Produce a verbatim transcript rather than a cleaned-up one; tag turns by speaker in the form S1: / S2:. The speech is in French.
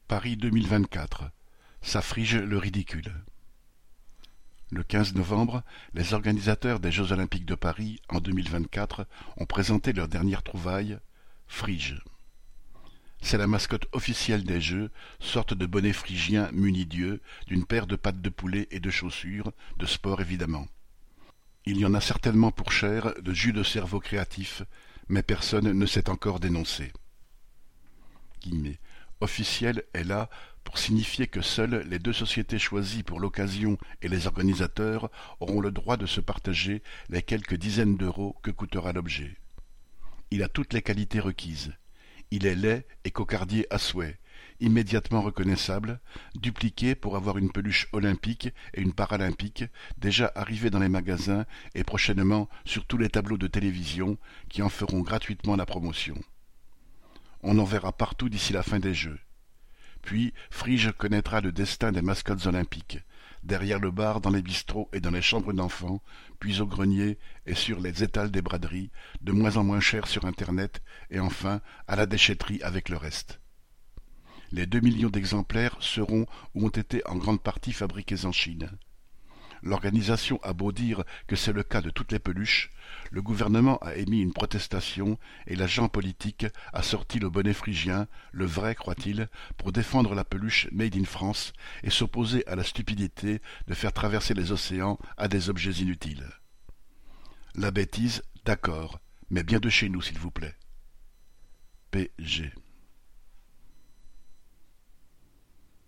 S1: Paris deux mille vingt-quatre. Ça frige le ridicule. Le quinze novembre, les organisateurs des Jeux Olympiques de Paris en deux mille vingt-quatre ont présenté leur dernière trouvaille, Frige. C'est la mascotte officielle des Jeux, sorte de bonnet phrygien muni d'yeux, d'une paire de pattes de poulet et de chaussures, de sport évidemment. Il y en a certainement pour cher de jus de cerveau créatif, mais personne ne s'est encore dénoncé. Guillemets. Officiel est là pour signifier que seules les deux sociétés choisies pour l'occasion et les organisateurs auront le droit de se partager les quelques dizaines d'euros que coûtera l'objet. Il a toutes les qualités requises. Il est laid et cocardier à souhait, immédiatement reconnaissable, dupliqué pour avoir une peluche olympique et une paralympique, déjà arrivée dans les magasins et prochainement sur tous les tableaux de télévision qui en feront gratuitement la promotion. On en verra partout d'ici la fin des Jeux. Puis Frige connaîtra le destin des mascottes olympiques, derrière le bar, dans les bistrots et dans les chambres d'enfants, puis au grenier et sur les étals des braderies, de moins en moins chères sur Internet, et enfin à la déchetterie avec le reste. Les deux millions d'exemplaires seront ou ont été en grande partie fabriqués en Chine. L'organisation a beau dire que c'est le cas de toutes les peluches, le gouvernement a émis une protestation et l'agent politique a sorti le bonnet phrygien, le vrai, croit-il, pour défendre la peluche made in France et s'opposer à la stupidité de faire traverser les océans à des objets inutiles. La bêtise, d'accord, mais bien de chez nous, s'il vous plaît. P G